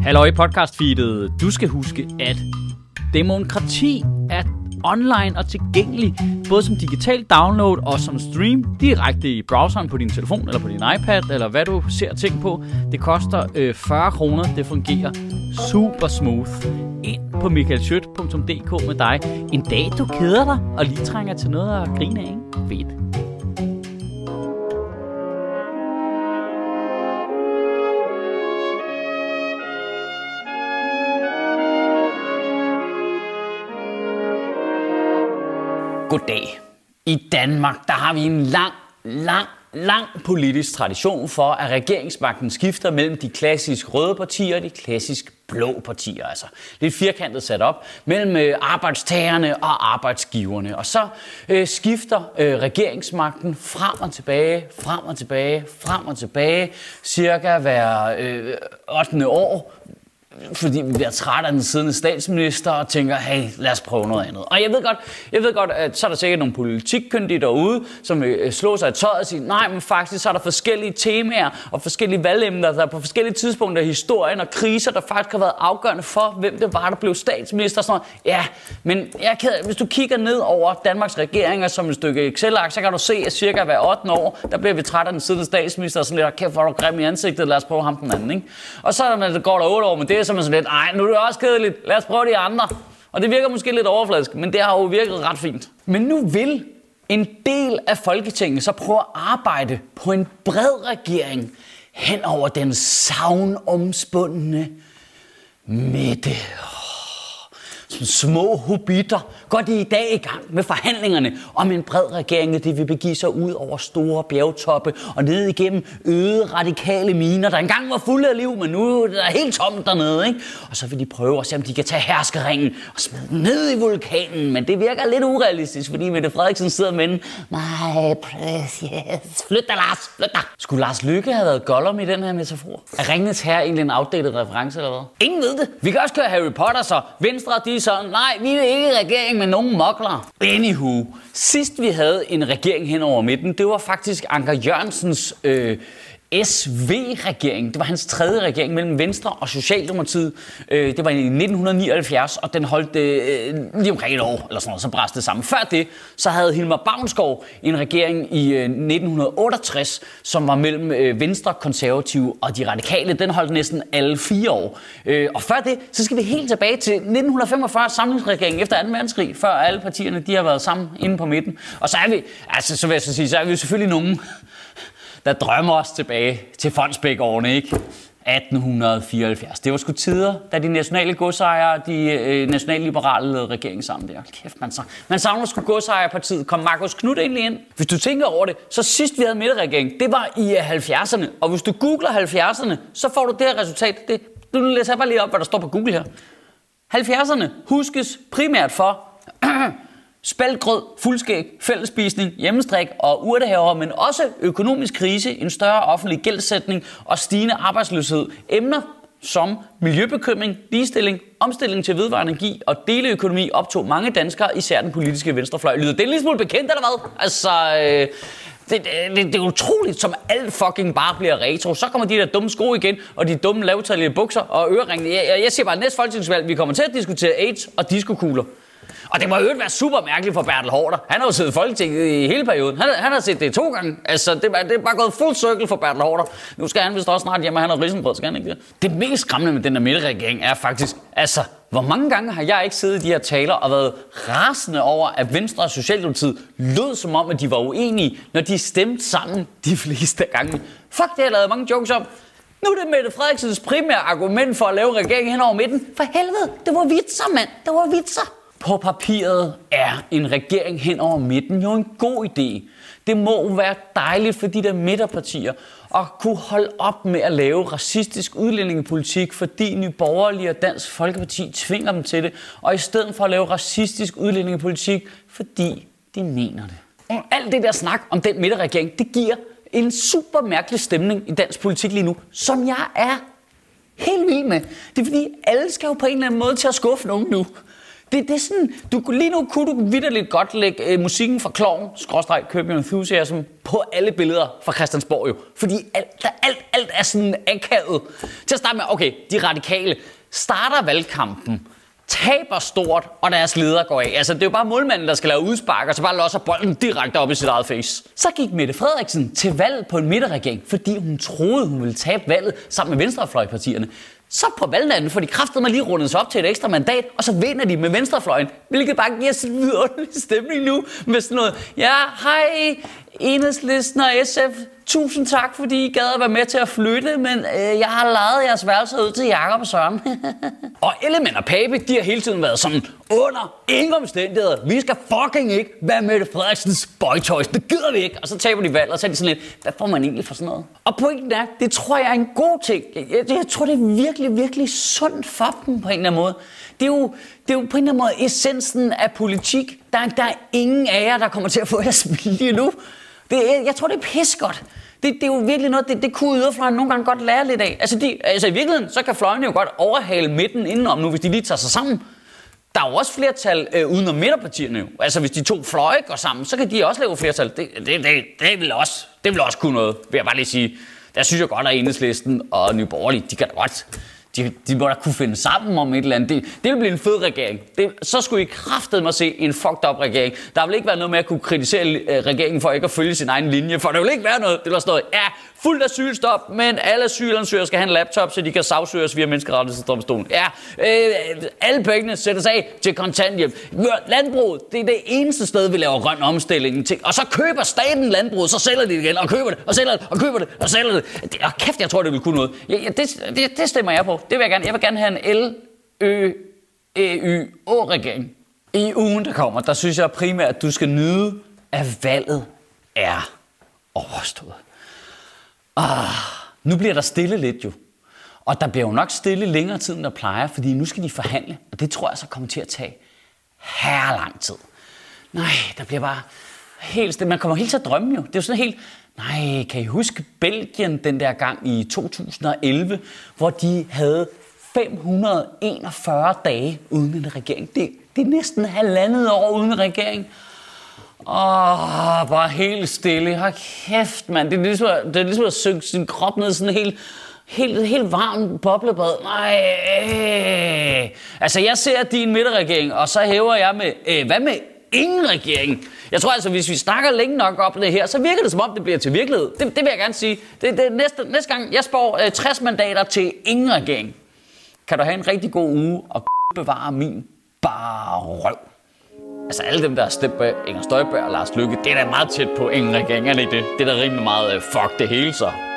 Halløj podcastfeedet. Du skal huske, at demokrati er online og tilgængelig, både som digital download og som stream direkte i browseren på din telefon eller på din iPad, eller hvad du ser ting på. Det koster 40 kroner. Det fungerer super smooth. Ind på michaelschødt.dk med dig. En dag du keder dig og lige trænger til noget at grine af, ikke? Fedt. Goddag. I Danmark, der har vi en lang politisk tradition for, at regeringsmagten skifter mellem de klassisk røde partier og de klassisk blå partier. Altså lidt firkantet sat op mellem arbejdstagerne og arbejdsgiverne. Og så skifter regeringsmagten frem og tilbage, cirka hver 8. år. Fordi vi bliver trætte af den siddende statsminister og tænker, hey, lad os prøve noget andet. Og jeg ved godt, at så er der sikkert nogle politikkyndige derude, som vil slå sig i tøjet og sige, nej, men faktisk så er der forskellige temaer og forskellige valgemner, der på forskellige tidspunkter i historien og kriser, der faktisk har været afgørende for, hvem det var, der blev statsminister. Sådan noget. Ja, men jeg er ked af, hvis du kigger ned over Danmarks regeringer som et stykke Excel-ark, så kan du se, at cirka hver 8. år, der bliver vi trætte af den siddende statsminister og sådan lidt, kæft, hvor er du grim i ansigtet, lad os prøve ham den anden, ikke? Og så når det går der 8 år med det, så er man sådan lidt, ej, nu er det også kedeligt, lad os prøve de andre. Og det virker måske lidt overfladisk, men det har jo virket ret fint. Men nu vil en del af Folketinget så prøve at arbejde på en bred regering hen over den sagnomspundne midte. Som små hobitter går de i dag i gang med forhandlingerne om en bred regering, det vil begive sig ud over store bjergtoppe og ned igennem øde radikale miner, der engang var fulde af liv, men nu er det helt tomt dernede, ikke? Og så vil de prøve at se, om de kan tage herskeringen og smide den ned i vulkanen, men det virker lidt urealistisk, fordi Mette Frederiksen sidder med den. My precious. Flyt dig, Lars, flyt dig. Skulle Lars Løkke have været Gollum i den her metafor? Er Ringenes Herre egentlig en outdated reference eller hvad? Ingen ved det. Vi kan også køre Harry Potter, så Venstre, de sådan, nej, vi vil ikke i regering med nogen mokler. Anywho, sidst vi havde en regering hen over midten, det var faktisk Anker Jørgensens SV-regering. Det var hans 3. regering mellem Venstre og Socialdemokratiet. Det var i 1979, og den holdt lige omkring et år, eller sådan noget, så bræste det sammen. Før det, så havde Hilmar Bavnsgaard en regering i 1968, som var mellem Venstre, Konservative og de radikale. Den holdt næsten alle 4 år. Og før det, så skal vi helt tilbage til 1945, samlingsregeringen efter 2. verdenskrig, før alle partierne de har været sammen inde på midten. Og så er vi, altså så vil jeg så sige, så er vi jo selvfølgelig nogen, der drømmer os tilbage til Fondsbæk-årene, ikke? 1874. Det var sgu tider, da de nationale godsejere, de nationalliberale lavede regeringen sammen der. Kæft, man savner sgu godsejerpartiet. Kom Markus Knudt egentlig ind? Hvis du tænker over det, så sidst vi havde midterregering, det var i 70'erne. Og hvis du googler 70'erne, så får du det her resultat. Nu læser jeg bare lige op, hvad der står på Google her. 70'erne huskes primært for spæltgrød, fuldskæg, fællesspisning, hjemmestrik og urtehaver, men også økonomisk krise, en større offentlig gældsætning og stigende arbejdsløshed. Emner som miljøbekymring, ligestilling, omstilling til vedvarende energi og deleøkonomi optog mange danskere, især den politiske venstrefløj. Lyder det en lille smule bekendt, eller hvad? Altså, det er utroligt, som alt fucking bare bliver retro. Så kommer de der dumme sko igen, og de dumme lavtallige bukser og øreringene. Jeg siger bare, næste folketingsvalg, vi kommer til at diskutere AIDS og diskokugler. Og det må jo være super mærkeligt for Bertel Haarder. Han har jo siddet i Folketinget i hele perioden. Han har set det 2 gange. Altså, det er bare gået full circle for Bertel Haarder. Nu skal han vist også snart hjem, og han har risenbrød, skal han ikke det? Det mest skræmmende med den der midterregering er faktisk, altså, hvor mange gange har jeg ikke siddet i de her taler og været rasende over, at Venstre og Socialdemokratiet lød som om, at de var uenige, når de stemte sammen de fleste gange. Fuck, det har jeg lavet mange jokes om. Nu er det Mette Frederiksens primære argument for at lave regering hen over midten. For helvede, det var vitser, mand. Det var vitser. På papiret er en regering hen over midten jo en god idé. Det må være dejligt for de der midterpartier at kunne holde op med at lave racistisk udlændingepolitik, fordi Nye Borgerlige og Dansk Folkeparti tvinger dem til det, og i stedet for at lave racistisk udlændingepolitik, fordi de mener det. Og alt det der snak om den midterregering, det giver en super mærkelig stemning i dansk politik lige nu, som jeg er helt vild med. Det er fordi, alle skal jo på en eller anden måde til at skuffe nogen nu. Det er sådan, lige nu kunne du vitterligt godt lægge musikken fra Klovn, Curb Your Enthusiasm, på alle billeder fra Christiansborg jo. Fordi alt er sådan akavet. Til at starte med, okay, de radikale starter valgkampen, taber stort, og deres leder går af. Altså, det er jo bare målmanden, der skal lave udspark, og så bare losser bolden direkte op i sit eget face. Så gik Mette Frederiksen til valg på en midterregering, fordi hun troede, hun ville tabe valget sammen med venstrefløjpartierne. Så på valgnatten får de kraftedeme lige rundet sig op til et ekstra mandat, og så vinder de med venstrefløjen, hvilket bare giver sådan en vidunderlig stemning nu, med sådan noget, ja, hej, Enhedslisten og SF, tusind tak, fordi I gad at være med til at flytte, men jeg har lejet jeres værelser ud til Jakob og Søren. Og Ellemann og Pape, de har hele tiden været sådan, under ingen omstændigheder, vi skal fucking ikke være Mette Frederiksens boytoys, det gider vi ikke. Og så taber de valg, og så er de sådan lidt, hvad får man egentlig for sådan noget? Og pointen er, det tror jeg er en god ting. Jeg tror, det er virkelig, virkelig sundt for dem på en eller anden måde. Det er jo på en eller anden måde essensen af politik. Der er ingen af jer, der kommer til at få jeres vilje nu. Jeg tror, det er pissegodt. Det er jo virkelig noget, det kunne yderfløjen nogle gange godt lære lidt af. Altså i virkeligheden, så kan fløjene jo godt overhale midten indenom nu, hvis de lige tager sig sammen. Der er jo også flertal udenom midterpartierne jo. Altså hvis de to fløje går sammen, så kan de også lave flertal. Det vil også kunne noget, vil jeg bare lige sige. Der synes jeg godt, at Enhedslisten og Nye Borgerlige, de kan da godt. De må da kunne finde sammen om et eller andet. Det vil blive en fed regering. Så skulle I kraftedeme se en fucked up regering. Der vil ikke være noget med at kunne kritisere regeringen for ikke at følge sin egen linje. For der vil ikke være noget. Det vil stå, ja, fuldt asylstop, men alle asylansøgere skal have en laptop, så de kan sagsøges via menneskerettighedsdomstolen. Ja, alle pengene sættes af til kontanthjælp. Landbruget, det er det eneste sted, vi laver grøn omstilling til. Og så køber staten landbruget, så sælger de det igen, og køber det, og sælger det, og køber det, og sælger det. Kæft, jeg tror, det vil kunne noget. Det stemmer jeg på. Det vil jeg gerne. Jeg vil gerne have en LØEY-regering. I ugen, der kommer, der synes jeg primært, at du skal nyde, at valget er overstået. Nu bliver der stille lidt jo. Og der bliver jo nok stille længere tid, end der plejer, fordi nu skal de forhandle. Og det tror jeg så kommer til at tage lang tid. Nej, der bliver bare helt stille. Man kommer helt til at drømme jo. Det er jo sådan helt... Nej, kan I huske Belgien den der gang i 2011, hvor de havde 541 dage uden en regering? Det er næsten halvandet år uden en regering. Bare helt stille. Hold kæft, mand. Det er ligesom at synge sin krop ned sådan helt varm boblebad. Nej. Altså, jeg ser din midterregering, og så hæver jeg med... hvad med ingen regering? Jeg tror altså, hvis vi snakker længe nok op det her, så virker det som om, det bliver til virkelighed. Det vil jeg gerne sige. Næste gang, jeg spår 60 mandater til ingen regering. Kan du have en rigtig god uge og bevare min bare røv. Altså alle dem, der har stemt på Inger Støjberg og Lars Løkke, det er da meget tæt på ingen regering, er det ikke det? Det er da rimelig meget fuck det hele så.